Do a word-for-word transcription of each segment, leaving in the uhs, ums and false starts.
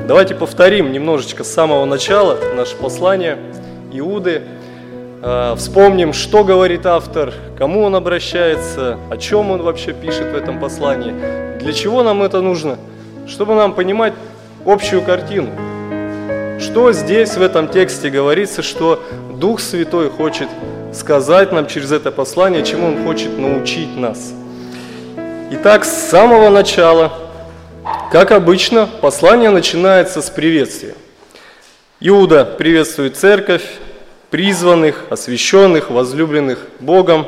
Давайте повторим немножечко с самого начала наше послание Иуды. Вспомним, что говорит автор, кому он обращается, о чем он вообще пишет в этом послании, для чего нам это нужно, чтобы нам понимать общую картину. Что здесь в этом тексте говорится, что Дух Святой хочет сказать нам через это послание, чему Он хочет научить нас. Итак, с самого начала, как обычно, послание начинается с приветствия. Иуда приветствует церковь, призванных, освященных, возлюбленных Богом.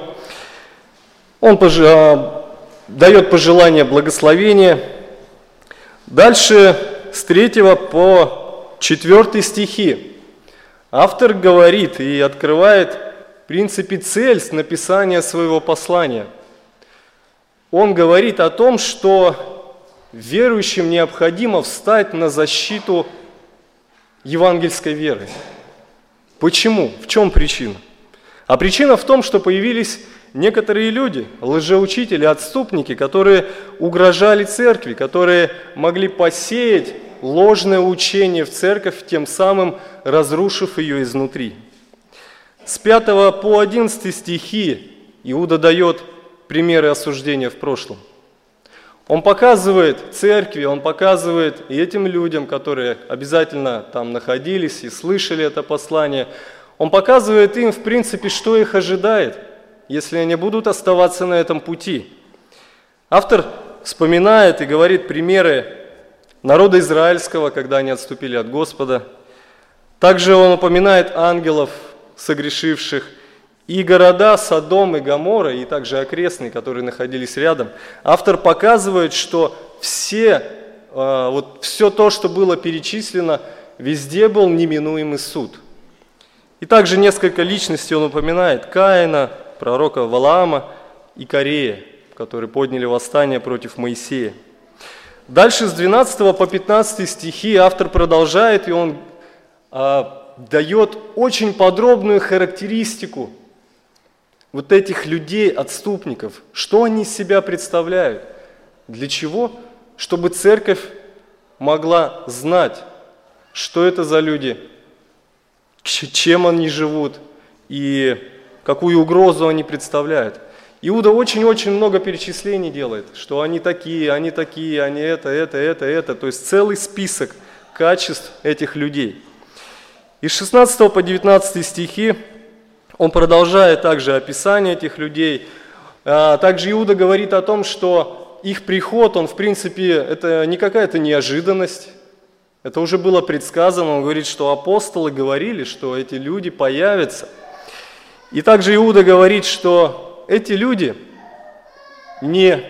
Он пожи- дает пожелания благословения. Дальше с третьего по четвертый стихи автор говорит и открывает, в принципе, цель написания своего послания. Он говорит о том, что верующим необходимо встать на защиту евангельской веры. Почему? В чем причина? А причина в том, что появились некоторые люди, лжеучители, отступники, которые угрожали церкви, которые могли посеять ложное учение в церковь, тем самым разрушив ее изнутри. С пятого по одиннадцатый стихи Иуда дает примеры осуждения в прошлом. Он показывает церкви, он показывает и этим людям, которые обязательно там находились и слышали это послание, он показывает им, в принципе, что их ожидает, если они будут оставаться на этом пути. Автор вспоминает и говорит примеры народа израильского, когда они отступили от Господа. Также он упоминает ангелов, согрешивших, и города Содом и Гоморра, и также окрестные, которые находились рядом. Автор показывает, что все, вот все то, что было перечислено, везде был неминуемый суд. И также несколько личностей он упоминает: Каина, пророка Валаама и Корея, которые подняли восстание против Моисея. Дальше с двенадцатого по пятнадцатый стихи автор продолжает, и он а, дает очень подробную характеристику вот этих людей, отступников, что они из себя представляют, для чего, чтобы церковь могла знать, что это за люди, чем они живут и какую угрозу они представляют. Иуда очень-очень много перечислений делает, что они такие, они такие, они это, это, это, это. То есть целый список качеств этих людей. И с шестнадцатого по девятнадцатый стихи он продолжает также описание этих людей. Также Иуда говорит о том, что их приход, он в принципе, это не какая-то неожиданность. Это уже было предсказано. Он говорит, что апостолы говорили, что эти люди появятся. И также Иуда говорит, что эти люди не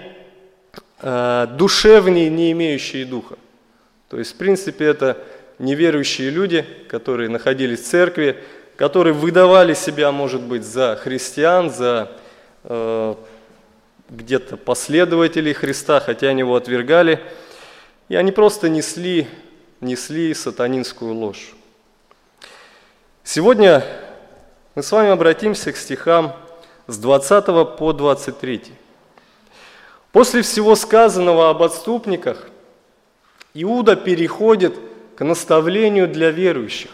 э, душевные, не имеющие духа. То есть, в принципе, это неверующие люди, которые находились в церкви, которые выдавали себя, может быть, за христиан, за э, где-то последователей Христа, хотя они его отвергали. И они просто несли, несли сатанинскую ложь. Сегодня мы с вами обратимся к стихам с двадцатого по двадцать третий. После всего сказанного об отступниках, Иуда переходит к наставлению для верующих.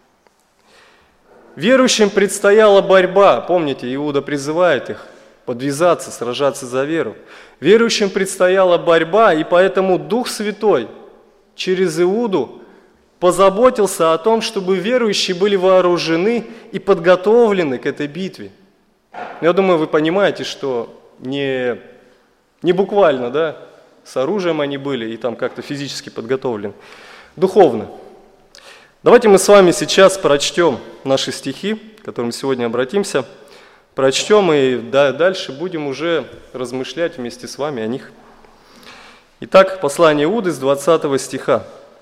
Верующим предстояла борьба. Помните, Иуда призывает их подвязаться, сражаться за веру. Верующим предстояла борьба, и поэтому Дух Святой через Иуду позаботился о том, чтобы верующие были вооружены и подготовлены к этой битве. Я думаю, вы понимаете, что не, не буквально, да, с оружием они были и там как-то физически подготовлены, духовно. Давайте мы с вами сейчас прочтем наши стихи, к которым сегодня обратимся, прочтем и да, дальше будем уже размышлять вместе с вами о них. Итак, послание Иуды с двадцатого стиха.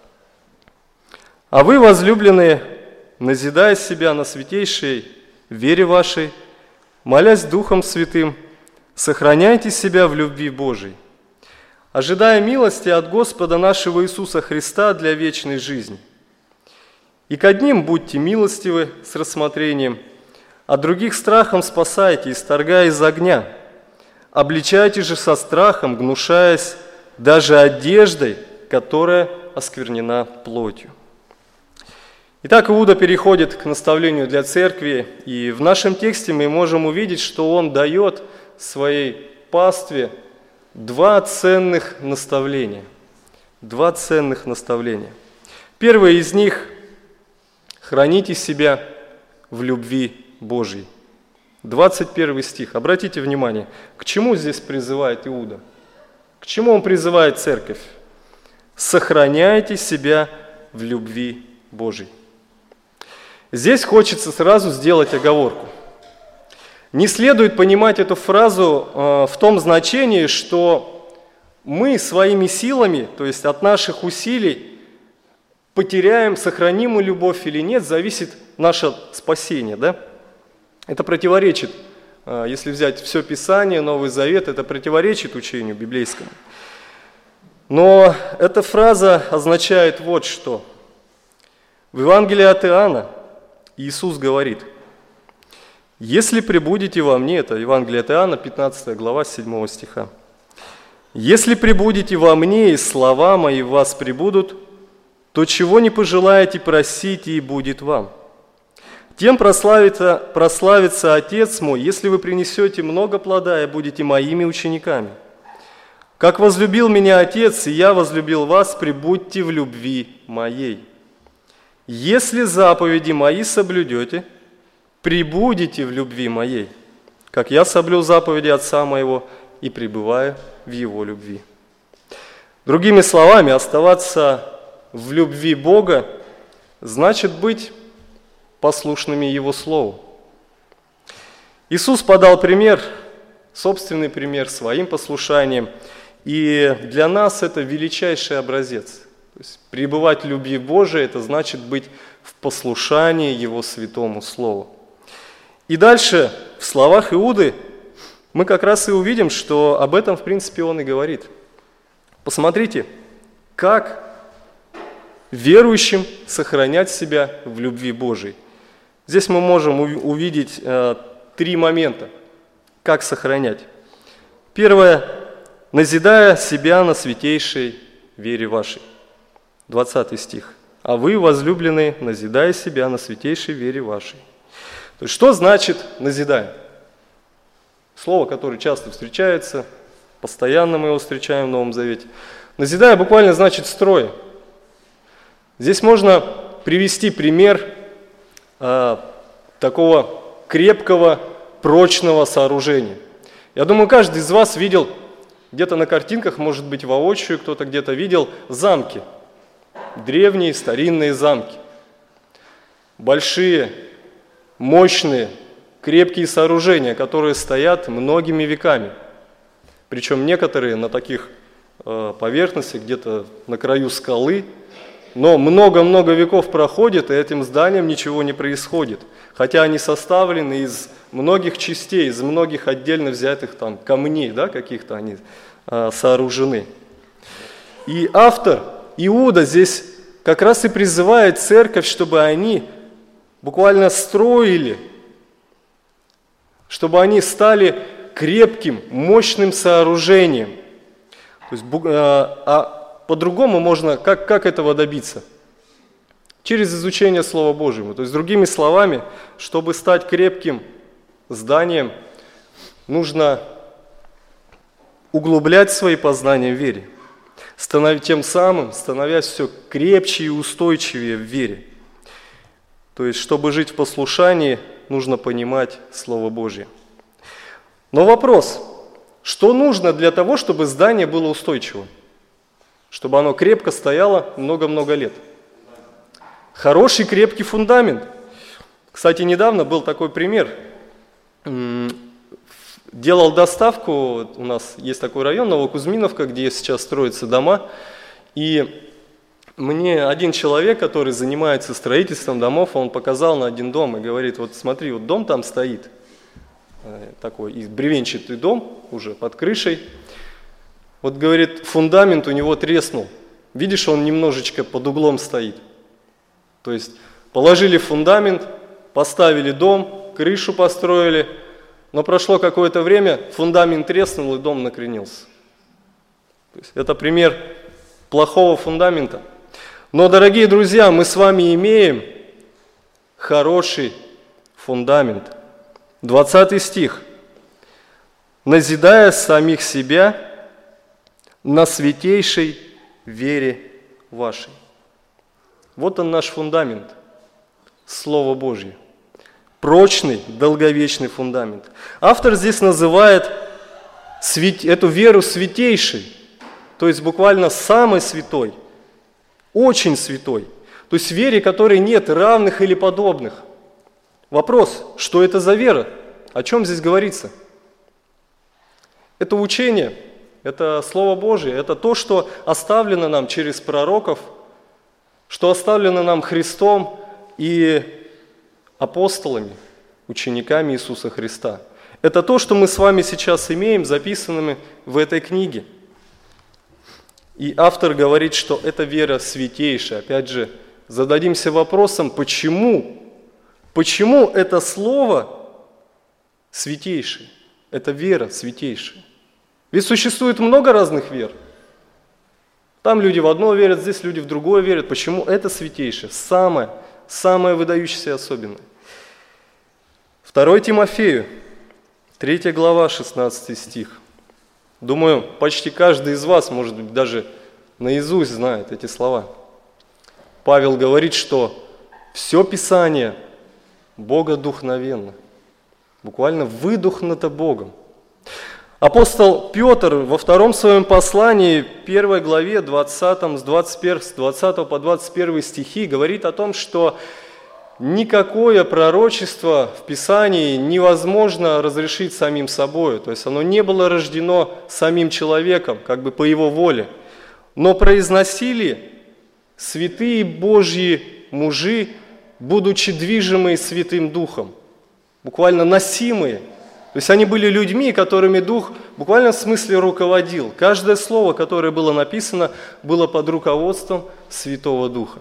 «А вы, возлюбленные, назидая себя на святейшей вере вашей, молясь Духом Святым, сохраняйте себя в любви Божией, ожидая милости от Господа нашего Иисуса Христа для вечной жизни. И к одним будьте милостивы с рассмотрением, а других страхом спасайте, исторгая из огня. Обличайте же со страхом, гнушаясь даже одеждой, которая осквернена плотью. Итак, Иуда переходит к наставлению для церкви, и в нашем тексте мы можем увидеть, что он дает своей пастве два ценных наставления. Два ценных наставления. Первое из них – храните себя в любви Божьей. двадцать первый стих. Обратите внимание, к чему здесь призывает Иуда? К чему он призывает церковь? Сохраняйте себя в любви Божьей. Здесь хочется сразу сделать оговорку. Не следует понимать эту фразу э, в том значении, что мы своими силами, то есть от наших усилий, потеряем, сохраним мы любовь или нет, зависит наше спасение. Да? Это противоречит, э, если взять все Писание, Новый Завет, это противоречит учению библейскому. Но эта фраза означает вот что. В Евангелии от Иоанна Иисус говорит: «Если пребудете во мне», это Евангелие от Иоанна, пятнадцатая глава, седьмого стиха, «Если пребудете во мне, и слова мои в вас пребудут, то чего не пожелаете, просите, и будет вам. Тем прославится, прославится Отец мой, если вы принесете много плода и будете моими учениками. Как возлюбил меня Отец, и я возлюбил вас, пребудьте в любви моей. Если заповеди мои соблюдете, пребудете в любви моей, как я соблюл заповеди Отца моего и пребываю в его любви». Другими словами, оставаться в любви Бога значит быть послушными Его Слову. Иисус подал пример, собственный пример своим послушанием, и для нас это величайший образец. То есть пребывать в любви Божией – это значит быть в послушании Его святому Слову. И дальше в словах Иуды мы как раз и увидим, что об этом в принципе он и говорит. Посмотрите, как верующим сохранять себя в любви Божией. Здесь мы можем увидеть э, три момента, как сохранять. Первое – назидая себя на святейшей вере вашей. двадцатый стих. «А вы, возлюбленные, назидая себя на святейшей вере вашей». То есть, что значит «назидаем»? Слово, которое часто встречается, постоянно мы его встречаем в Новом Завете. «Назидая» буквально значит «строя». Здесь можно привести пример э, такого крепкого, прочного сооружения. Я думаю, каждый из вас видел где-то на картинках, может быть, воочию, кто-то где-то видел замки. Древние, старинные замки. Большие, мощные, крепкие сооружения, которые стоят многими веками. Причем некоторые на таких э, поверхностях, где-то на краю скалы, но много-много веков проходит, и этим зданиям ничего не происходит. Хотя они составлены из многих частей, из многих отдельно взятых там камней, да, каких-то они э, сооружены. И автор Иуда здесь как раз и призывает церковь, чтобы они буквально строили, чтобы они стали крепким, мощным сооружением. То есть, а, а по-другому можно, как, как этого добиться? Через изучение Слова Божьего. То есть, другими словами, чтобы стать крепким зданием, нужно углублять свои познания в вере, станов, тем самым становясь все крепче и устойчивее в вере. То есть, чтобы жить в послушании, нужно понимать Слово Божье. Но вопрос, что нужно для того, чтобы здание было устойчивым? Чтобы оно крепко стояло много-много лет? Хороший крепкий фундамент. Кстати, недавно был такой пример. Делал доставку, у нас есть такой район, Новокузьминовка, где сейчас строятся дома, и мне один человек, который занимается строительством домов, он показал на один дом и говорит: вот смотри, вот дом там стоит, такой бревенчатый дом, уже под крышей. Вот, говорит, фундамент у него треснул. Видишь, он немножечко под углом стоит. То есть положили фундамент, поставили дом, крышу построили, но прошло какое-то время, фундамент треснул и дом накренился. То есть это пример плохого фундамента. Но, дорогие друзья, мы с вами имеем хороший фундамент. двадцатый стих. «Назидая самих себя на святейшей вере вашей». Вот он наш фундамент, Слово Божье. Прочный, долговечный фундамент. Автор здесь называет эту веру святейшей, то есть буквально самой святой, очень святой. То есть вере, которой нет равных или подобных. Вопрос, что это за вера? О чем здесь говорится? Это учение, это Слово Божье, это то, что оставлено нам через пророков, что оставлено нам Христом и апостолами, учениками Иисуса Христа. Это то, что мы с вами сейчас имеем, записанными в этой книге. И автор говорит, что эта вера святейшая. Опять же, зададимся вопросом, почему? Почему это слово святейшее? Это вера святейшая. Ведь существует много разных вер. Там люди в одно верят, здесь люди в другое верят. Почему это святейшее? Самое, самое выдающееся и особенное. второе Тимофею, третья глава, шестнадцатый стих. Думаю, почти каждый из вас, может быть, даже наизусть знает эти слова. Павел говорит, что все Писание богодухновенно, буквально выдохнуто Богом. Апостол Петр во втором своем послании, первой главе, двадцатом, с двадцатого по двадцать первый стихи, говорит о том, что никакое пророчество в Писании невозможно разрешить самим собой. То есть оно не было рождено самим человеком, как бы по его воле. Но произносили святые Божьи мужи, будучи движимые Святым Духом, буквально носимые. То есть они были людьми, которыми Дух буквально в смысле руководил. Каждое слово, которое было написано, было под руководством Святого Духа.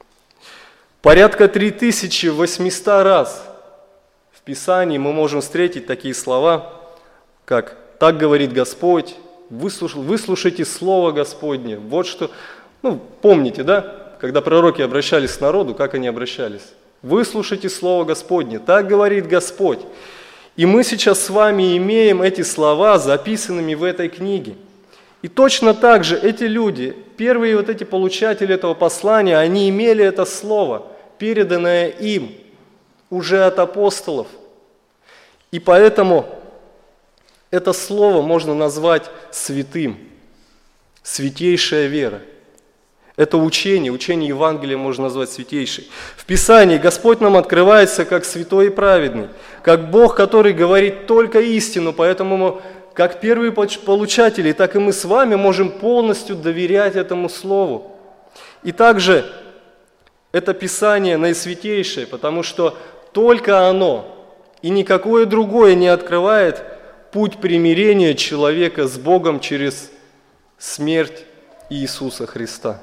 Порядка три тысячи восемьсот раз в Писании мы можем встретить такие слова, как «Так говорит Господь», «Выслушайте Слово Господне». Вот что, ну, помните, да, когда пророки обращались к народу, как они обращались? «Выслушайте Слово Господне», «Так говорит Господь». И мы сейчас с вами имеем эти слова записанными в этой книге. И точно так же эти люди, первые вот эти получатели этого послания, они имели это слово, переданное им уже от апостолов. И поэтому это слово можно назвать святым, святейшая вера. Это учение, учение Евангелия можно назвать святейшей. В Писании Господь нам открывается как святой и праведный, как Бог, который говорит только истину, поэтому мы, как первые получатели, так и мы с вами можем полностью доверять этому Слову. И также это Писание наисвятейшее, потому что только оно и никакое другое не открывает путь примирения человека с Богом через смерть Иисуса Христа.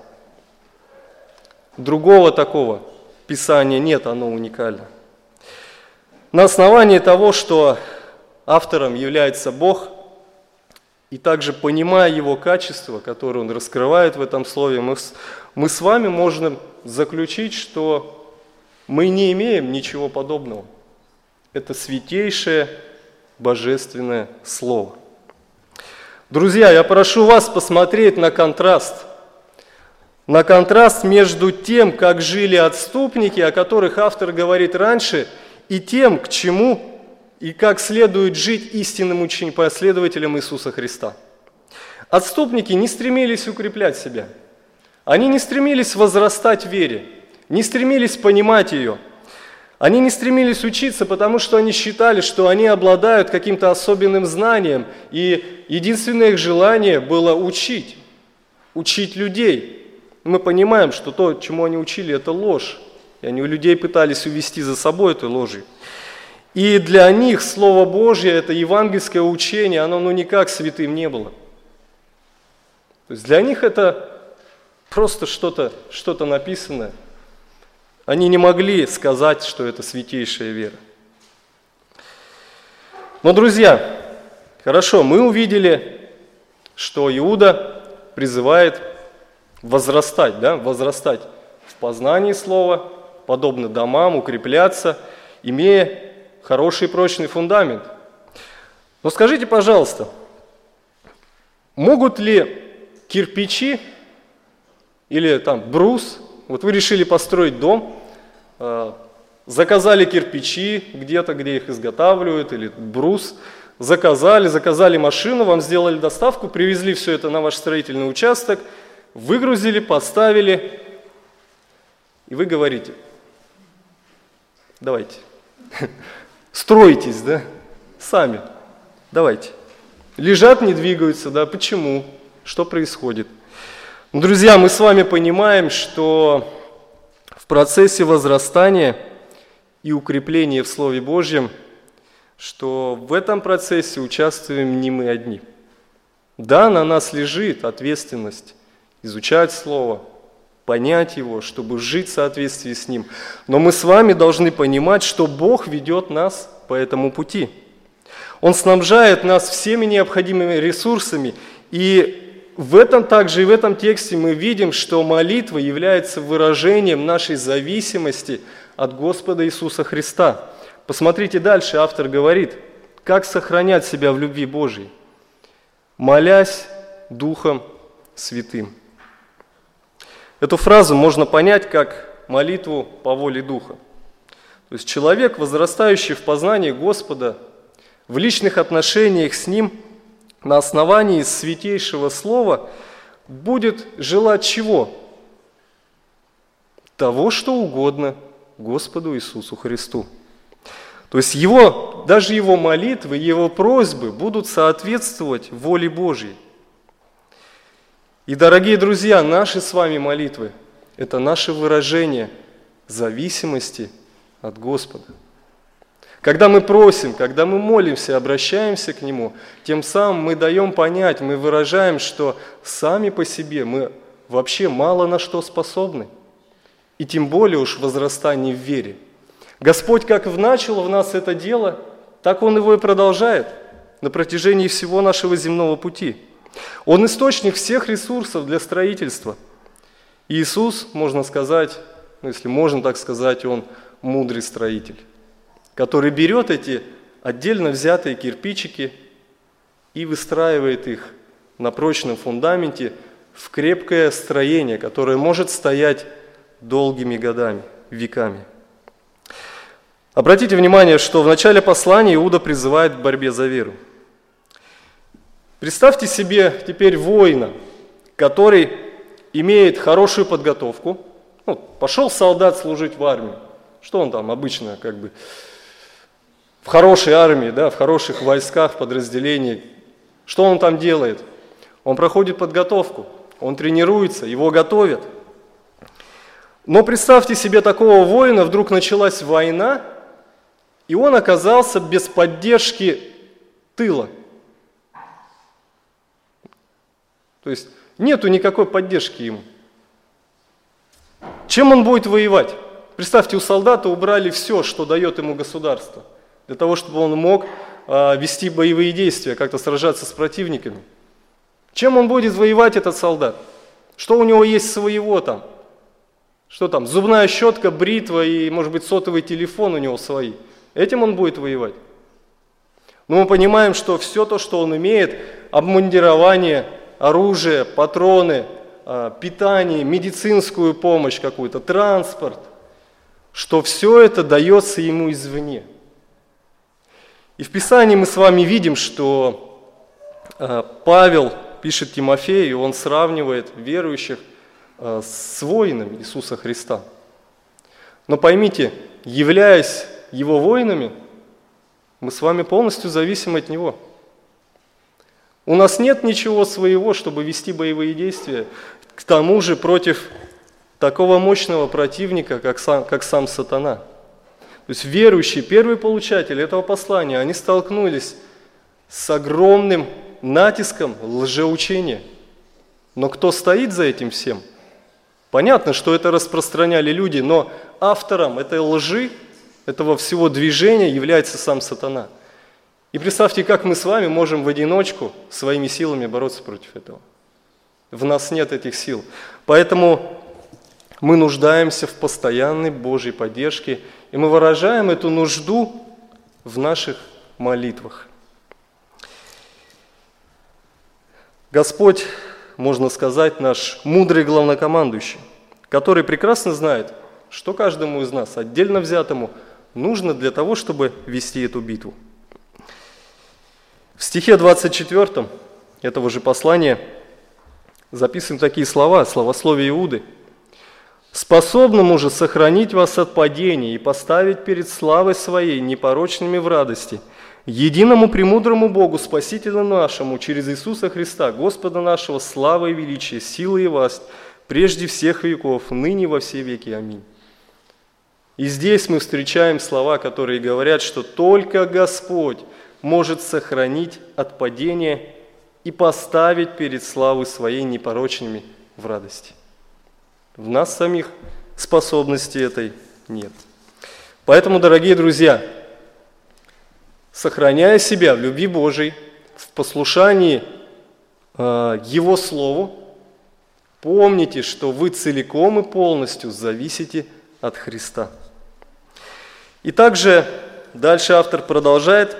Другого такого Писания нет, оно уникально. На основании того, что автором является Бог, и также понимая Его качества, которые Он раскрывает в этом слове, мы с, мы с вами можем заключить, что мы не имеем ничего подобного. Это святейшее божественное слово. Друзья, я прошу вас посмотреть на контраст. На контраст между тем, как жили отступники, о которых автор говорит раньше, и тем, к чему и как следует жить истинным ученикам, последователям Иисуса Христа. Отступники не стремились укреплять себя. Они не стремились возрастать в вере, не стремились понимать ее. Они не стремились учиться, потому что они считали, что они обладают каким-то особенным знанием, и единственное их желание было учить, учить людей. Мы понимаем, что то, чему они учили, это ложь, и они у людей пытались увести за собой этой ложью. И для них Слово Божье, это евангельское учение, оно ну никак святым не было. То есть для них это просто что-то, что-то написанное. Они не могли сказать, что это святейшая вера. Но, друзья, хорошо, мы увидели, что Иуда призывает возрастать, да, возрастать в познании Слова, подобно домам, укрепляться, имея хороший и прочный фундамент. Но скажите, пожалуйста, могут ли кирпичи или там брус, вот вы решили построить дом, э, заказали кирпичи где-то, где их изготавливают, или брус, заказали, заказали машину, вам сделали доставку, привезли все это на ваш строительный участок, выгрузили, поставили, и вы говорите: давайте, стройтесь, да, сами, давайте. Лежат, не двигаются, да, почему? Что происходит? Ну, друзья, мы с вами понимаем, что в процессе возрастания и укрепления в Слове Божьем, что в этом процессе участвуем не мы одни. Да, на нас лежит ответственность изучать Слово, понять его, чтобы жить в соответствии с ним. Но мы с вами должны понимать, что Бог ведет нас по этому пути. Он снабжает нас всеми необходимыми ресурсами, и в этом также и в этом тексте мы видим, что молитва является выражением нашей зависимости от Господа Иисуса Христа. Посмотрите дальше, автор говорит, как сохранять себя в любви Божьей, молясь Духом Святым. Эту фразу можно понять как молитву по воле Духа. То есть человек, возрастающий в познании Господа, в личных отношениях с Ним, на основании святейшего Слова, будет желать чего? Того, что угодно Господу Иисусу Христу. То есть его, даже его молитвы, его просьбы будут соответствовать воле Божьей. И, дорогие друзья, наши с вами молитвы – это наше выражение зависимости от Господа. Когда мы просим, когда мы молимся, обращаемся к Нему, тем самым мы даем понять, мы выражаем, что сами по себе мы вообще мало на что способны. И тем более уж возрастание в вере. Господь как начал в нас это дело, так Он его и продолжает на протяжении всего нашего земного пути. Он источник всех ресурсов для строительства. Иисус, можно сказать, ну если можно так сказать, Он мудрый строитель, который берет эти отдельно взятые кирпичики и выстраивает их на прочном фундаменте в крепкое строение, которое может стоять долгими годами, веками. Обратите внимание, что в начале послания Иуда призывает к борьбе за веру. Представьте себе теперь воина, который имеет хорошую подготовку. Ну, пошел солдат служить в армию. Что он там обычно как бы в хорошей армии, да, в хороших войсках, подразделениях. Что он там делает? Он проходит подготовку, он тренируется, его готовят. Но представьте себе такого воина, вдруг началась война, и он оказался без поддержки тыла. То есть нету никакой поддержки ему. Чем он будет воевать? Представьте, у солдата убрали все, что дает ему государство, для того, чтобы он мог э, вести боевые действия, как-то сражаться с противниками. Чем он будет воевать, этот солдат? Что у него есть своего там? Что там, зубная щетка, бритва и, может быть, сотовый телефон у него свои. Этим он будет воевать. Но мы понимаем, что все то, что он имеет, обмундирование, оружие, патроны, питание, медицинскую помощь какую-то, транспорт, что все это дается ему извне. И в Писании мы с вами видим, что Павел пишет Тимофею, и он сравнивает верующих с воинами Иисуса Христа. Но поймите, являясь Его воинами, мы с вами полностью зависим от Него. У нас нет ничего своего, чтобы вести боевые действия, к тому же против такого мощного противника, как сам, как сам сатана. То есть верующие, первые получатели этого послания, они столкнулись с огромным натиском лжеучения. Но кто стоит за этим всем? Понятно, что это распространяли люди, но автором этой лжи, этого всего движения является сам сатана. И представьте, как мы с вами можем в одиночку своими силами бороться против этого. В нас нет этих сил. Поэтому Мы нуждаемся в постоянной Божьей поддержке, и мы выражаем эту нужду в наших молитвах. Господь, можно сказать, наш мудрый главнокомандующий, который прекрасно знает, что каждому из нас, отдельно взятому, нужно для того, чтобы вести эту битву. В стихе двадцать четвёртом этого же послания записаны такие слова, словословие Иуды. «Способному же сохранить вас от падения и поставить перед славой своей непорочными в радости, единому премудрому Богу, Спасителю нашему, через Иисуса Христа, Господа нашего, слава и величие, сила и власть, прежде всех веков, ныне во все веки. Аминь». И здесь мы встречаем слова, которые говорят, что только Господь может сохранить от падения и поставить перед славой своей непорочными в радости. В нас самих способности этой нет. Поэтому, дорогие друзья, сохраняя себя в любви Божией, в послушании э, Его Слову, помните, что вы целиком и полностью зависите от Христа. И также дальше автор продолжает,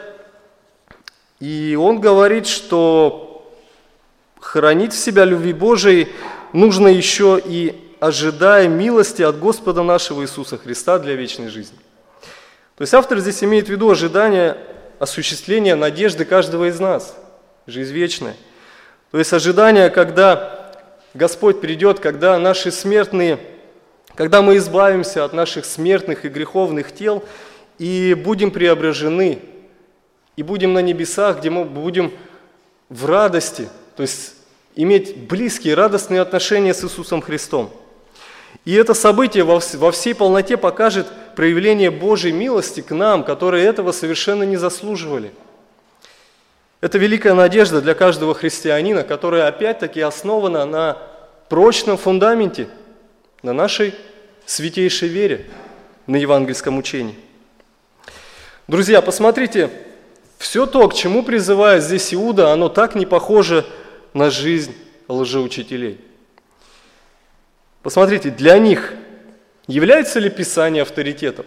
и он говорит, что хранить в себя любви Божией нужно еще и ожидая милости от Господа нашего Иисуса Христа для вечной жизни. То есть автор здесь имеет в виду ожидание осуществления надежды каждого из нас, жизнь вечная. То есть ожидание, когда Господь придет, когда наши смертные, когда мы избавимся от наших смертных и греховных тел и будем преображены, и будем на небесах, где мы будем в радости, то есть иметь близкие, радостные отношения с Иисусом Христом. И это событие во всей полноте покажет проявление Божьей милости к нам, которые этого совершенно не заслуживали. Это великая надежда для каждого христианина, которая опять-таки основана на прочном фундаменте, на нашей святейшей вере, на евангельском учении. Друзья, посмотрите, все то, к чему призывает здесь Иуда, оно так не похоже на жизнь лжеучителей. Посмотрите, для них является ли Писание авторитетом?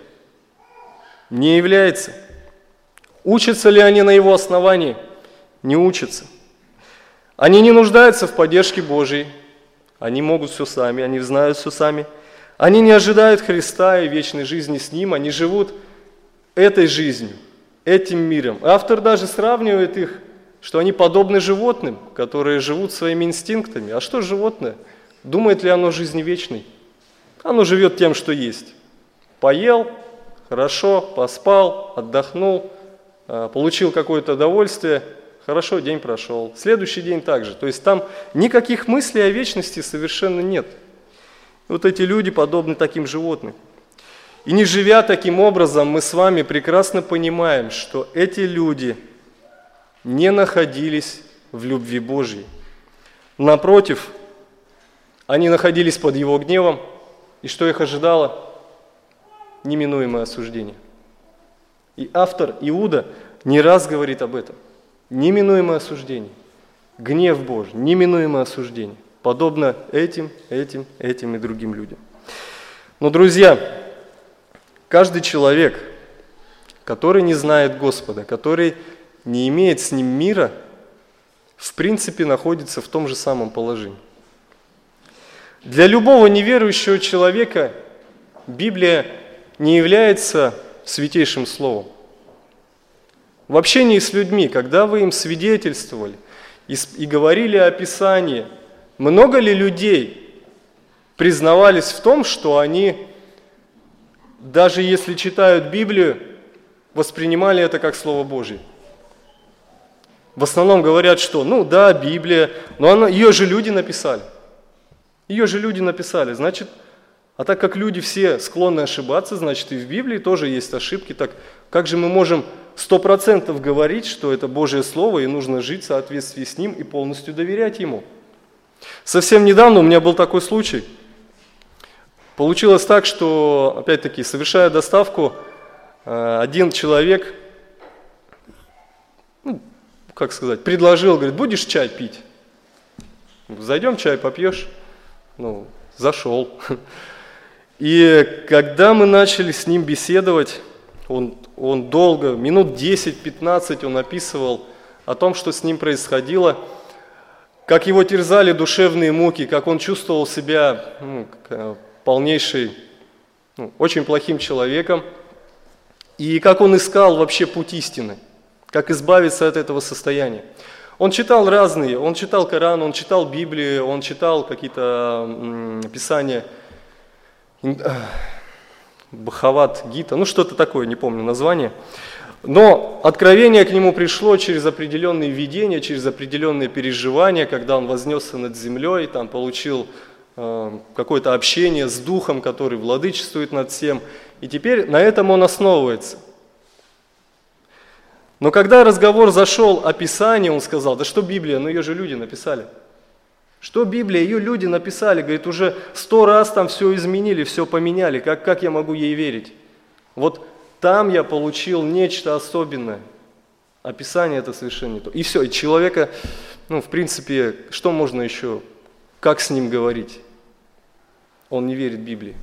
Не является. Учатся ли они на его основании? Не учатся. Они не нуждаются в поддержке Божьей. Они могут все сами, они знают все сами. Они не ожидают Христа и вечной жизни с Ним. Они живут этой жизнью, этим миром. Автор даже сравнивает их, что они подобны животным, которые живут своими инстинктами. А что животное? Думает ли оно жизни вечной? Оно живет тем, что есть. Поел, хорошо, поспал, отдохнул, получил какое-то удовольствие, хорошо, день прошел. Следующий день также. То есть там никаких мыслей о вечности совершенно нет. Вот эти люди подобны таким животным. И не живя таким образом, мы с вами прекрасно понимаем, что эти люди не находились в любви Божьей. Напротив, они находились под Его гневом, и что их ожидало? Неминуемое осуждение. И автор Иуда не раз говорит об этом. Неминуемое осуждение, гнев Божий, неминуемое осуждение, подобно этим, этим, этим и другим людям. Но, друзья, каждый человек, который не знает Господа, который не имеет с Ним мира, в принципе находится в том же самом положении. Для любого неверующего человека Библия не является святейшим словом. В общении с людьми, когда вы им свидетельствовали и, и говорили о Писании, много ли людей признавались в том, что они, даже если читают Библию, воспринимали это как Слово Божье? В основном говорят, что, ну да, Библия, но она, ее же люди написали. Ее же люди написали, значит, а так как люди все склонны ошибаться, значит и в Библии тоже есть ошибки, так как же мы можем сто процентов говорить, что это Божье Слово и нужно жить в соответствии с Ним и полностью доверять Ему? Совсем недавно у меня был такой случай. Получилось так, что, опять-таки, совершая доставку, один человек, ну, как сказать, предложил, говорит, будешь чай пить? Зайдем, чай попьешь? Ну, зашел. И когда мы начали с ним беседовать, он, он долго, минут десять-пятнадцать он описывал о том, что с ним происходило, как его терзали душевные муки, как он чувствовал себя ну, полнейшей, ну, очень плохим человеком, и как он искал вообще путь истины, как избавиться от этого состояния. Он читал разные, он читал Коран, он читал Библию, он читал какие-то м, писания, Бхагавад Гита, ну что-то такое, не помню название. Но откровение к нему пришло через определенные видения, через определенные переживания, когда он вознесся над землей, там получил э, какое-то общение с Духом, который владычествует над всем. И теперь на этом он основывается. Но когда разговор зашел о Писании, он сказал, да что Библия, ну ее же люди написали. Что Библия, ее люди написали, говорит, уже сто раз там все изменили, все поменяли, как, как я могу ей верить? Вот там я получил нечто особенное. Описание это совершенно не то. И все, и человека, ну, в принципе, что можно еще, как с ним говорить? Он не верит Библии.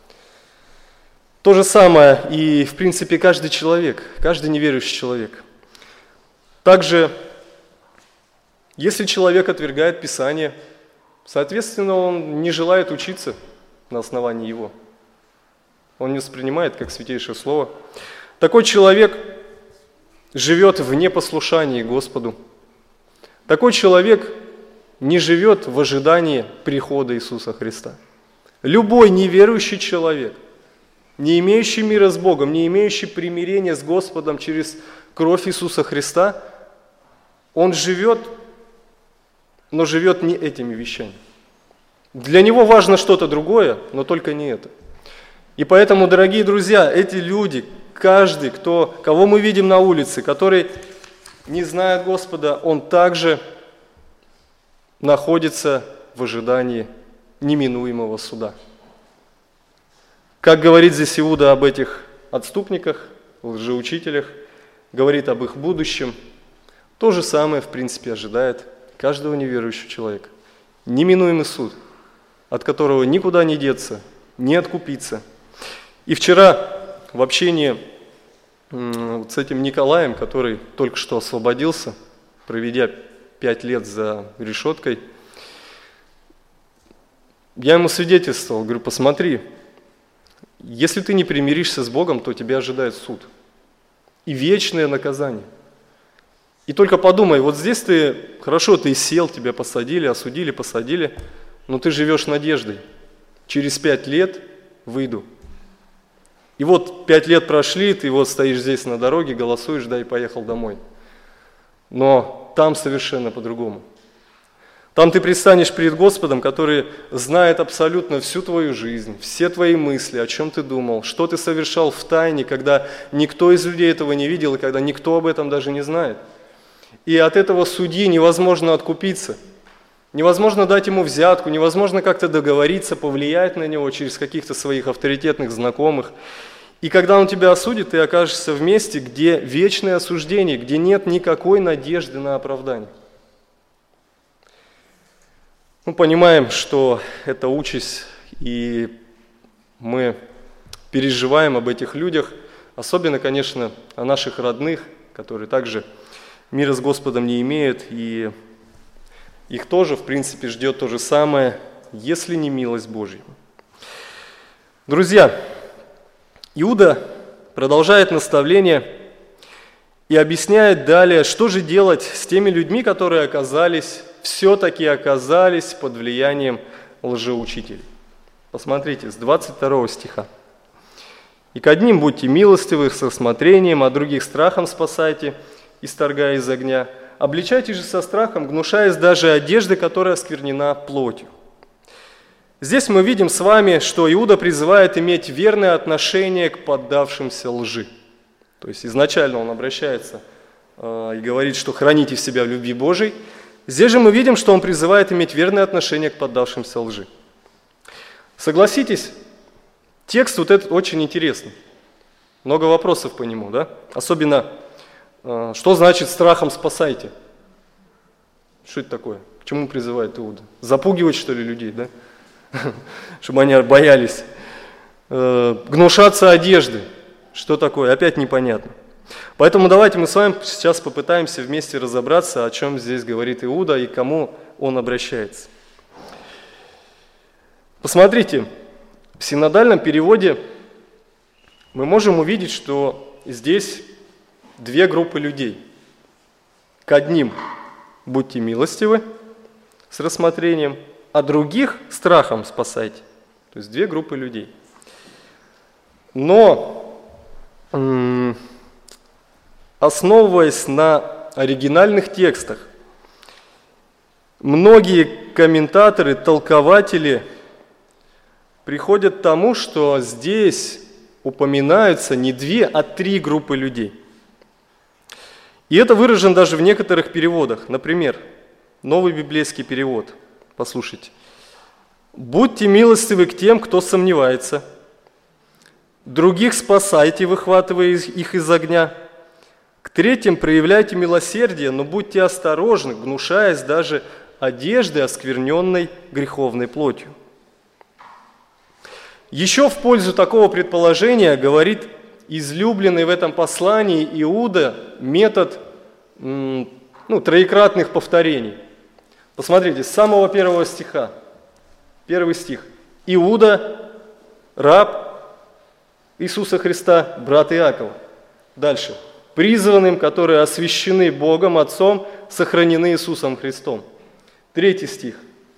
То же самое и, в принципе, каждый человек, каждый неверующий человек. Также, если человек отвергает Писание, соответственно, он не желает учиться на основании его. Он не воспринимает как святейшее слово. Такой человек живет в непослушании Господу. Такой человек не живет в ожидании прихода Иисуса Христа. Любой неверующий человек, не имеющий мира с Богом, не имеющий примирения с Господом через кровь Иисуса Христа, он живет, но живет не этими вещами. Для него важно что-то другое, но только не это. И поэтому, дорогие друзья, эти люди, каждый, кто, кого мы видим на улице, который не знает Господа, он также находится в ожидании неминуемого суда. Как говорит здесь Иуда об этих отступниках, лжеучителях, говорит об их будущем, то же самое, в принципе, ожидает каждого неверующего человека. Неминуемый суд, от которого никуда не деться, не откупиться. И вчера в общении с этим Николаем, который только что освободился, проведя пять лет за решеткой, я ему свидетельствовал, говорю, посмотри, если ты не примиришься с Богом, то тебя ожидает суд и вечное наказание. И только подумай, вот здесь ты, хорошо, ты сел, тебя посадили, осудили, посадили, но ты живешь надеждой. Через пять лет выйду. И вот пять лет прошли, ты вот стоишь здесь на дороге, голосуешь, да, и поехал домой. Но там совершенно по-другому. Там ты предстанешь перед Господом, который знает абсолютно всю твою жизнь, все твои мысли, о чем ты думал, что ты совершал в тайне, когда никто из людей этого не видел, и когда никто об этом даже не знает. И от этого судьи невозможно откупиться. Невозможно дать ему взятку, невозможно как-то договориться, повлиять на него через каких-то своих авторитетных знакомых. И когда он тебя осудит, ты окажешься в месте, где вечное осуждение, где нет никакой надежды на оправдание. Мы понимаем, что это участь, и мы переживаем об этих людях, особенно, конечно, о наших родных, которые также мира с Господом не имеют, и их тоже, в принципе, ждет то же самое, если не милость Божья. Друзья, Иуда продолжает наставление и объясняет далее, что же делать с теми людьми, которые оказались, все-таки оказались под влиянием лжеучителей. Посмотрите, с двадцать второго стиха. «И к одним будьте милостивы с рассмотрением, а других страхом спасайте, исторгая из огня. Обличайте же со страхом, гнушаясь даже одежды, которая осквернена плотью». Здесь мы видим с вами, что Иуда призывает иметь верное отношение к поддавшимся лжи. То есть изначально он обращается э, и говорит, что храните в себя в любви Божией. Здесь же мы видим, что он призывает иметь верное отношение к поддавшимся лжи. Согласитесь, текст вот этот очень интересный. Много вопросов по нему, да? Особенно, э, что значит страхом спасайте? Что это такое? К чему призывает Иуда? Запугивать, что ли, людей, да? Чтобы они боялись. Э, гнушаться одежды. Что такое? Опять непонятно. Поэтому давайте мы с вами сейчас попытаемся вместе разобраться, о чем здесь говорит Иуда и к кому он обращается. Посмотрите, в синодальном переводе мы можем увидеть, что здесь две группы людей. К одним будьте милостивы с рассмотрением, а других страхом спасайте. То есть две группы людей. Но, основываясь на оригинальных текстах, многие комментаторы, толкователи приходят к тому, что здесь упоминаются не две, а три группы людей. И это выражено даже в некоторых переводах. Например, новый библейский перевод. Послушайте. «Будьте милостивы к тем, кто сомневается. Других спасайте, выхватывая их из огня. К третьим проявляйте милосердие, но будьте осторожны, гнушаясь даже одежды, оскверненной греховной плотью». Еще в пользу такого предположения говорит излюбленный в этом послании Иуда метод ну, троекратных повторений. Посмотрите, с самого первого стиха. Первый стих. Иуда, раб Иисуса Христа, брат Иакова. Дальше. Призванным, которые освящены Богом Отцом, сохранены Иисусом Христом. Третий стих.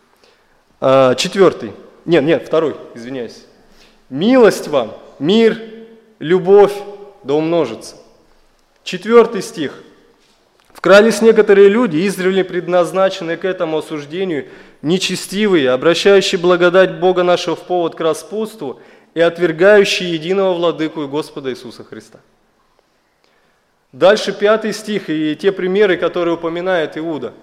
А, четвертый. Нет, нет, второй, извиняюсь. Милость вам, мир, любовь да умножится. Четвертый стих. Вкрались некоторые люди, издревле предназначенные к этому осуждению, нечестивые, обращающие благодать Бога нашего в повод к распутству и отвергающие единого владыку и Господа Иисуса Христа. Дальше пятый стих и те примеры, которые упоминает Иуда.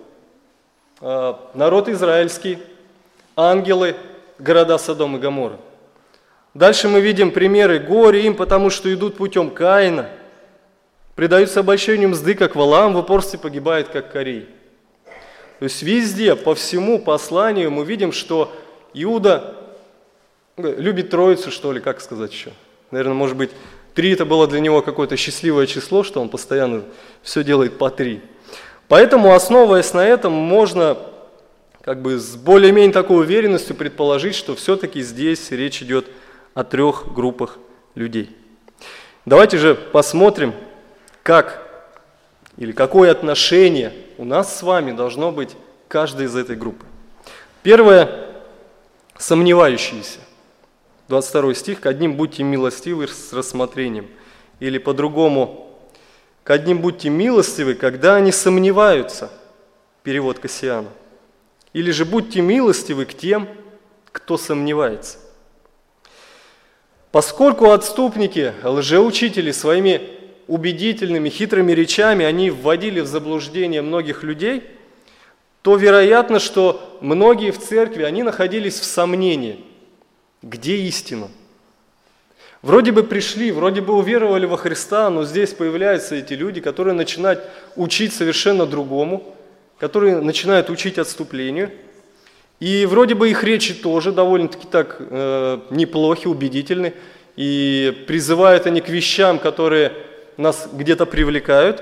Народ израильский, ангелы, города Содом и Гоморра. Дальше мы видим примеры: горе им, потому что идут путем Каина, предаются обольщению мзды, как Валаам, в упорстве погибает, как Корей. То есть везде, по всему посланию мы видим, что Иуда любит Троицу, что ли, как сказать еще. Наверное, может быть, три это было для него какое-то счастливое число, что он постоянно все делает по три. Поэтому, основываясь на этом, можно как бы с более-менее такой уверенностью предположить, что все-таки здесь речь идет о трех группах людей. Давайте же посмотрим, как или какое отношение у нас с вами должно быть к каждой из этой группы. Первое – сомневающиеся. двадцать второй стих. «К одним будьте милостивы с рассмотрением». Или по-другому: «К одним будьте милостивы, когда они сомневаются». Перевод Кассиана. Или же «будьте милостивы к тем, кто сомневается». Поскольку отступники, лжеучители своими убедительными, хитрыми речами, они вводили в заблуждение многих людей, то вероятно, что многие в церкви, они находились в сомнении, где истина. Вроде бы пришли, вроде бы уверовали во Христа, но здесь появляются эти люди, которые начинают учить совершенно другому, которые начинают учить отступлению. И вроде бы их речи тоже довольно-таки так э, неплохи, убедительны, и призывают они к вещам, которые нас где-то привлекают,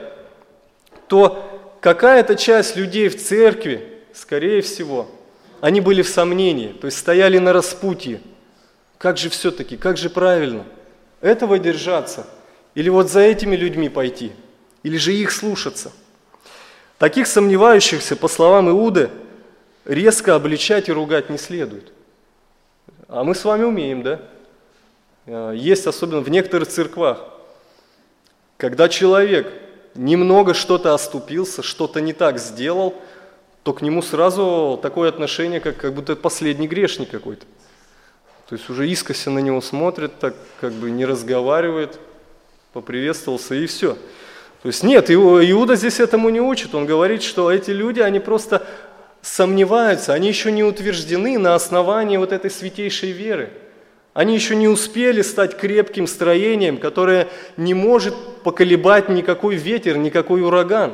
то какая-то часть людей в церкви, скорее всего, они были в сомнении, то есть стояли на распутье. Как же все-таки, как же правильно? Этого держаться? Или вот за этими людьми пойти? Или же их слушаться? Таких сомневающихся, по словам Иуды, резко обличать и ругать не следует. А мы с вами умеем, да? Есть особенно в некоторых церквах, когда человек немного что-то оступился, что-то не так сделал, то к нему сразу такое отношение, как, как будто последний грешник какой-то. То есть уже искося на него смотрят, так как бы не разговаривает, поприветствовался и все. То есть нет, Иуда здесь этому не учит. Он говорит, что эти люди, они просто сомневаются, они еще не утверждены на основании вот этой святейшей веры. Они еще не успели стать крепким строением, которое не может поколебать никакой ветер, никакой ураган.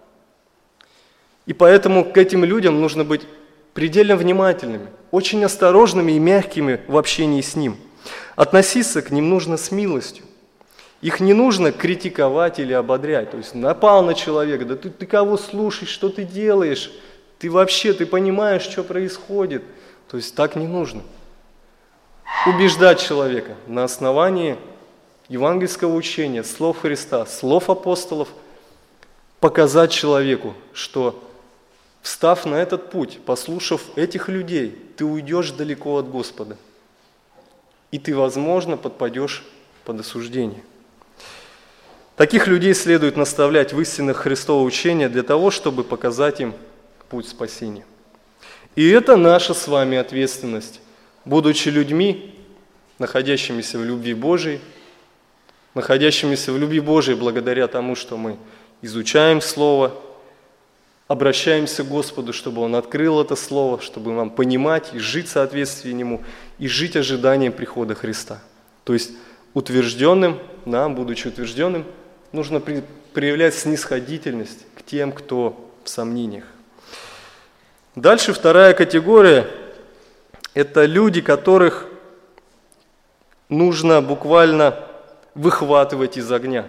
И поэтому к этим людям нужно быть предельно внимательными, очень осторожными и мягкими в общении с ним. Относиться к ним нужно с милостью. Их не нужно критиковать или ободрять. То есть напал на человека, да ты, ты кого слушаешь, что ты делаешь? Ты вообще, ты понимаешь, что происходит? То есть так не нужно. Убеждать человека на основании евангельского учения, слов Христа, слов апостолов, показать человеку, что, встав на этот путь, послушав этих людей, ты уйдешь далеко от Господа. И ты, возможно, подпадешь под осуждение. Таких людей следует наставлять в истинах Христового учения для того, чтобы показать им путь спасения. И это наша с вами ответственность, будучи людьми, находящимися в любви Божией, находящимися в любви Божией благодаря тому, что мы изучаем Слово, обращаемся к Господу, чтобы Он открыл это Слово, чтобы нам понимать и жить в соответствии Нему, и жить ожиданием прихода Христа. То есть утвержденным, нам, будучи утвержденным, нужно проявлять снисходительность к тем, кто в сомнениях. Дальше вторая категория – это люди, которых нужно буквально выхватывать из огня.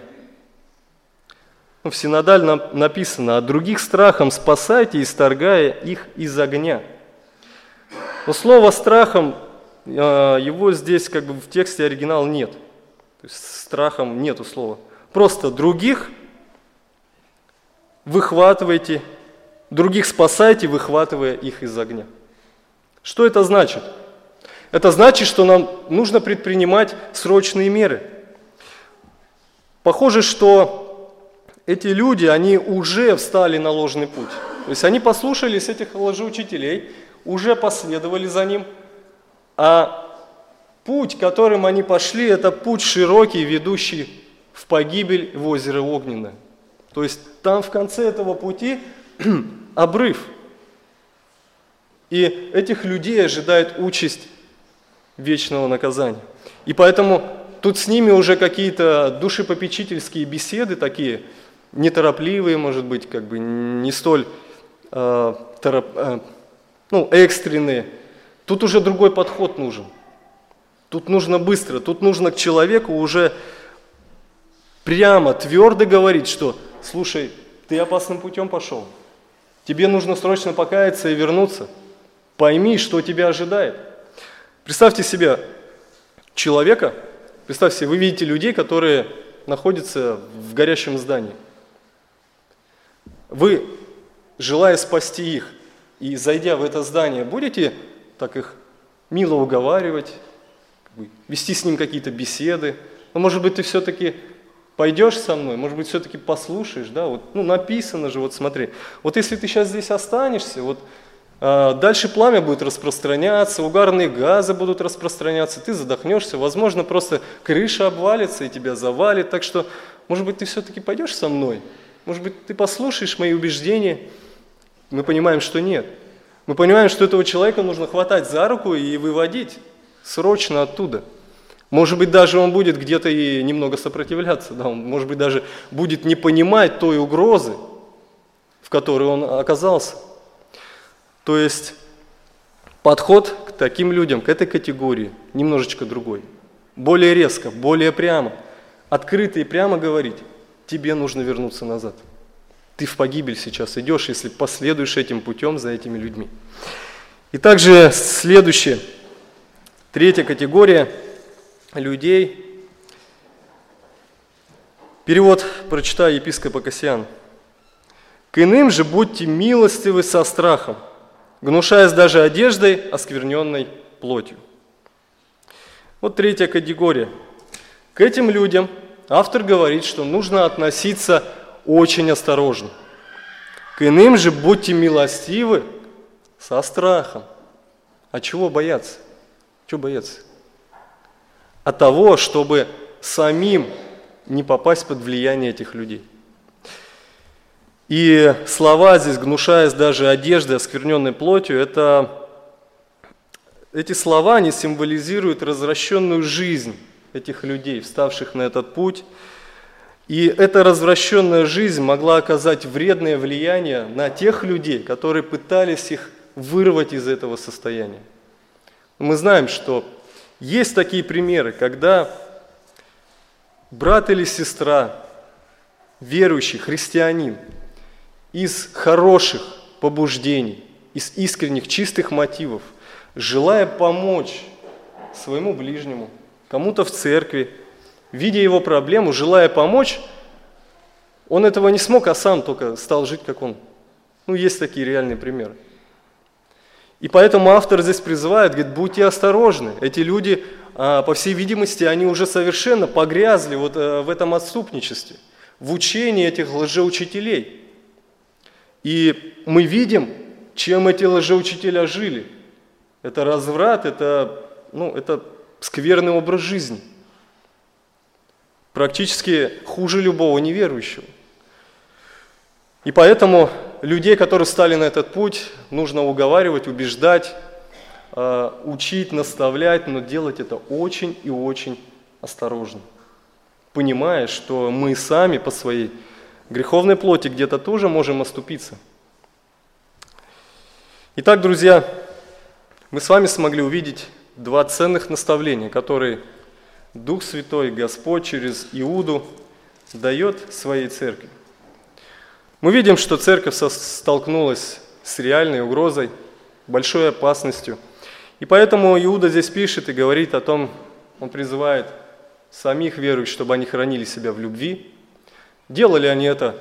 В синодаль написано: «От других страхом спасайте, исторгая их из огня». Но слово «страхом», его здесь как бы в тексте оригинала нет. То есть страхом нету слова. Просто других выхватывайте, других спасайте, выхватывая их из огня. Что это значит? Это значит, что нам нужно предпринимать срочные меры. Похоже, что эти люди, они уже встали на ложный путь. То есть они послушались этих лжеучителей, уже последовали за ним, а путь, которым они пошли, это путь широкий, ведущий в погибель в озеро Огненное. То есть там в конце этого пути обрыв. И этих людей ожидает участь вечного наказания. И поэтому тут с ними уже какие-то душепопечительские беседы такие, неторопливые, может быть, как бы не столь э, тороп, э, ну, экстренные. Тут уже другой подход нужен. Тут нужно быстро, тут нужно к человеку уже прямо, твердо говорить, что, слушай, ты опасным путем пошел, тебе нужно срочно покаяться и вернуться, пойми, что тебя ожидает. Представьте себе человека, представьте себе, вы видите людей, которые находятся в горящем здании. Вы, желая спасти их и зайдя в это здание, будете так их мило уговаривать, вести с ним какие-то беседы? Но, может быть, ты все-таки пойдешь со мной, может быть, все-таки послушаешь, да? Вот, ну, написано же, вот смотри, вот если ты сейчас здесь останешься, вот а, дальше пламя будет распространяться, угарные газы будут распространяться, ты задохнешься, возможно, просто крыша обвалится и тебя завалит, так что, может быть, ты все-таки пойдешь со мной? Может быть, ты послушаешь мои убеждения? Мы понимаем, что нет. Мы понимаем, что этого человека нужно хватать за руку и выводить срочно оттуда. Может быть, даже он будет где-то и немного сопротивляться, да? Он, может быть, даже будет не понимать той угрозы, в которой он оказался. То есть подход к таким людям, к этой категории немножечко другой. Более резко, более прямо, открыто и прямо говорить: тебе нужно вернуться назад. Ты в погибель сейчас идешь, если последуешь этим путем за этими людьми. И также следующее, третья категория людей. Перевод прочитаю епископа Кассиана. «К иным же будьте милостивы со страхом, гнушаясь даже одеждой, оскверненной плотью». Вот третья категория. К этим людям автор говорит, что нужно относиться очень осторожно. К иным же будьте милостивы со страхом. А чего бояться? Чего бояться? От того, чтобы самим не попасть под влияние этих людей. И слова здесь, гнушаясь даже одеждой, оскверненной плотью, это, эти слова, они символизируют развращенную жизнь этих людей, вставших на этот путь. И эта развращенная жизнь могла оказать вредное влияние на тех людей, которые пытались их вырвать из этого состояния. Мы знаем, что Есть такие примеры, когда брат или сестра, верующий, христианин, из хороших побуждений, из искренних, чистых мотивов, желая помочь своему ближнему, кому-то в церкви, видя его проблему, желая помочь, он этого не смог, а сам только стал жить, как он. Ну, есть такие реальные примеры. И поэтому автор здесь призывает, говорит, будьте осторожны. Эти люди, по всей видимости, они уже совершенно погрязли вот в этом отступничестве, в учении этих лжеучителей. И мы видим, чем эти лжеучителя жили. Это разврат, это, ну, это скверный образ жизни. Практически хуже любого неверующего. И поэтому людей, которые стали на этот путь, нужно уговаривать, убеждать, учить, наставлять, но делать это очень и очень осторожно. Понимая, что мы сами по своей греховной плоти где-то тоже можем оступиться. Итак, друзья, мы с вами смогли увидеть два ценных наставления, которые Дух Святой, Господь через Иуду дает своей церкви. Мы видим, что церковь столкнулась с реальной угрозой, большой опасностью. И поэтому Иуда здесь пишет и говорит о том, он призывает самих верующих, чтобы они хранили себя в любви. Делали они это,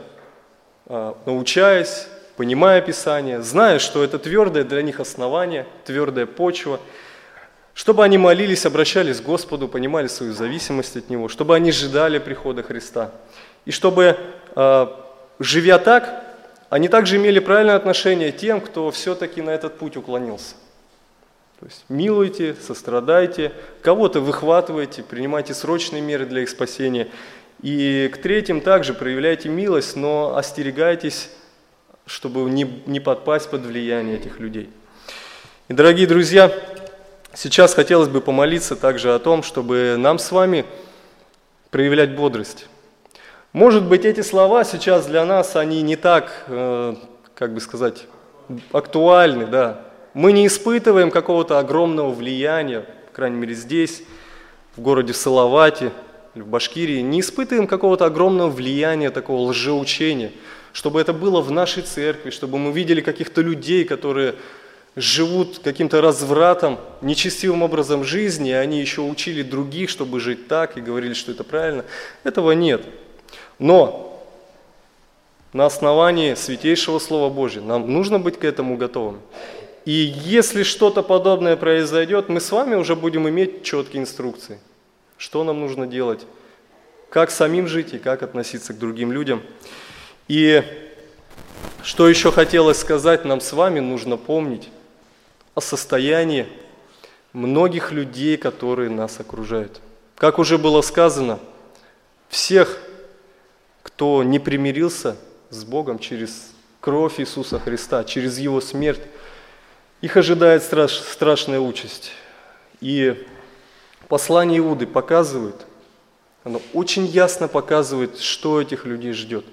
научаясь, понимая Писание, зная, что это твердое для них основание, твердая почва, чтобы они молились, обращались к Господу, понимали свою зависимость от Него, чтобы они ожидали прихода Христа. И чтобы, живя так, они также имели правильное отношение к тем, кто все-таки на этот путь уклонился. То есть милуйте, сострадайте, кого-то выхватывайте, принимайте срочные меры для их спасения. И к третьим также проявляйте милость, но остерегайтесь, чтобы не, не подпасть под влияние этих людей. И, дорогие друзья, сейчас хотелось бы помолиться также о том, чтобы нам с вами проявлять бодрость. Может быть, эти слова сейчас для нас, они не так, э, как бы сказать, актуальны, да. Мы не испытываем какого-то огромного влияния, по крайней мере здесь, в городе Салавате, в Башкирии, не испытываем какого-то огромного влияния, такого лжеучения, чтобы это было в нашей церкви, чтобы мы видели каких-то людей, которые живут каким-то развратом, нечестивым образом жизни, и они еще учили других, чтобы жить так, и говорили, что это правильно. Этого нет. Но на основании святейшего Слова Божьего нам нужно быть к этому готовым. И если что-то подобное произойдет, мы с вами уже будем иметь четкие инструкции, что нам нужно делать, как самим жить и как относиться к другим людям. И что еще хотелось сказать, нам с вами нужно помнить о состоянии многих людей, которые нас окружают. Как уже было сказано, всех, кто не примирился с Богом через кровь Иисуса Христа, через Его смерть, их ожидает страш, страшная участь. И послание Иуды показывает, оно очень ясно показывает, что этих людей ждет.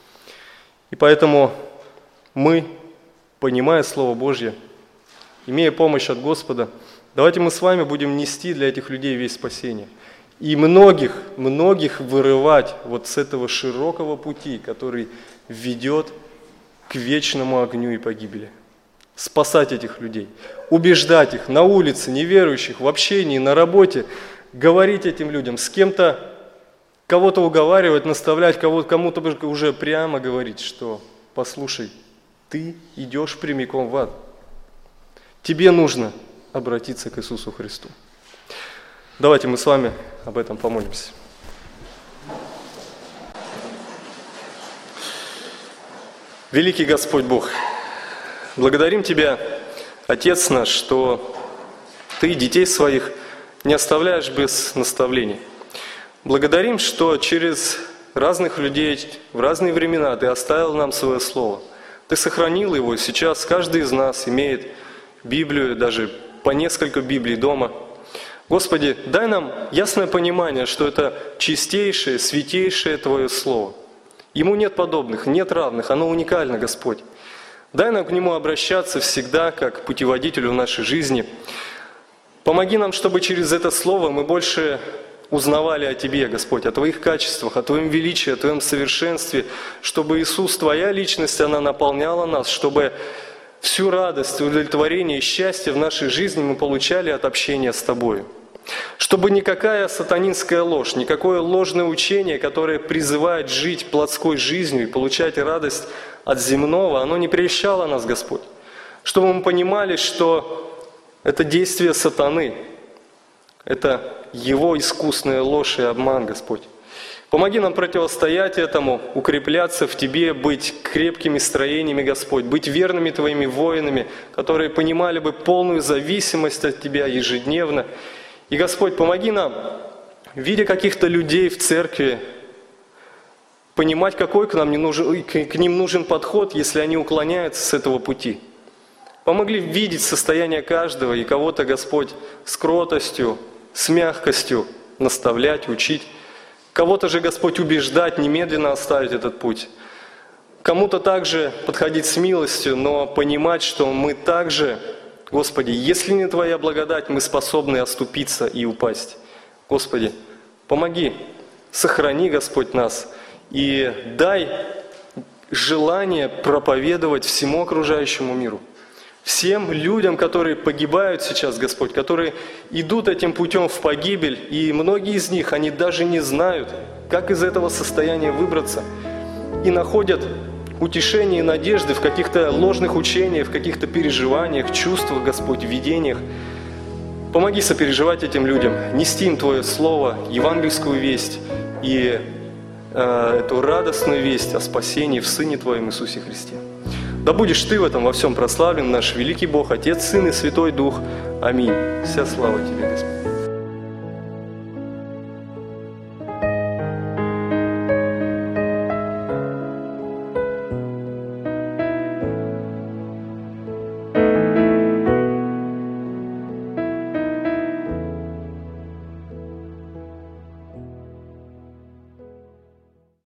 И поэтому мы, понимая Слово Божье, имея помощь от Господа, давайте мы с вами будем нести для этих людей весть спасения. И многих, многих вырывать вот с этого широкого пути, который ведет к вечному огню и погибели. Спасать этих людей, убеждать их на улице, неверующих, в общении, на работе, говорить этим людям, с кем-то, кого-то уговаривать, наставлять, кому-то уже прямо говорить, что послушай, ты идешь прямиком в ад. Тебе нужно обратиться к Иисусу Христу. Давайте мы с вами об этом помолимся. Великий Господь Бог, благодарим Тебя, Отец наш, что Ты детей своих не оставляешь без наставлений. Благодарим, что через разных людей в разные времена Ты оставил нам свое Слово. Ты сохранил его, сейчас каждый из нас имеет Библию, даже по несколько Библий дома. Господи, дай нам ясное понимание, что это чистейшее, святейшее Твое Слово. Ему нет подобных, нет равных, оно уникально, Господь. Дай нам к нему обращаться всегда, как к путеводителю в нашей жизни. Помоги нам, чтобы через это Слово мы больше узнавали о Тебе, Господь, о Твоих качествах, о Твоем величии, о Твоем совершенстве, чтобы, Иисус, Твоя личность, она наполняла нас, чтобы всю радость, удовлетворение и счастье в нашей жизни мы получали от общения с Тобой. Чтобы никакая сатанинская ложь, никакое ложное учение, которое призывает жить плотской жизнью и получать радость от земного, оно не прельщало нас, Господь. Чтобы мы понимали, что это действие сатаны, это его искусная ложь и обман, Господь. Помоги нам противостоять этому, укрепляться в Тебе, быть крепкими строениями, Господь, быть верными Твоими воинами, которые понимали бы полную зависимость от Тебя ежедневно. И, Господь, помоги нам, видя каких-то людей в церкви, понимать, какой к нам не нужен, к ним нужен подход, если они уклоняются с этого пути. Помогли видеть состояние каждого и кого-то, Господь, с кротостью, с мягкостью наставлять, учить. Кого-то же, Господь, убеждать, немедленно оставить этот путь. Кому-то также подходить с милостью, но понимать, что мы также, Господи, если не Твоя благодать, мы способны оступиться и упасть. Господи, помоги, сохрани, Господь, нас и дай желание проповедовать всему окружающему миру. Всем людям, которые погибают сейчас, Господь, которые идут этим путем в погибель, и многие из них, они даже не знают, как из этого состояния выбраться, и находят утешение и надежды в каких-то ложных учениях, в каких-то переживаниях, чувствах, Господь, видениях. Помоги сопереживать этим людям, нести им Твое Слово, евангельскую весть и э, эту радостную весть о спасении в Сыне Твоем Иисусе Христе. Да будешь Ты в этом во всем прославлен, наш великий Бог, Отец, Сын и Святой Дух. Аминь. Вся слава Тебе, Господь.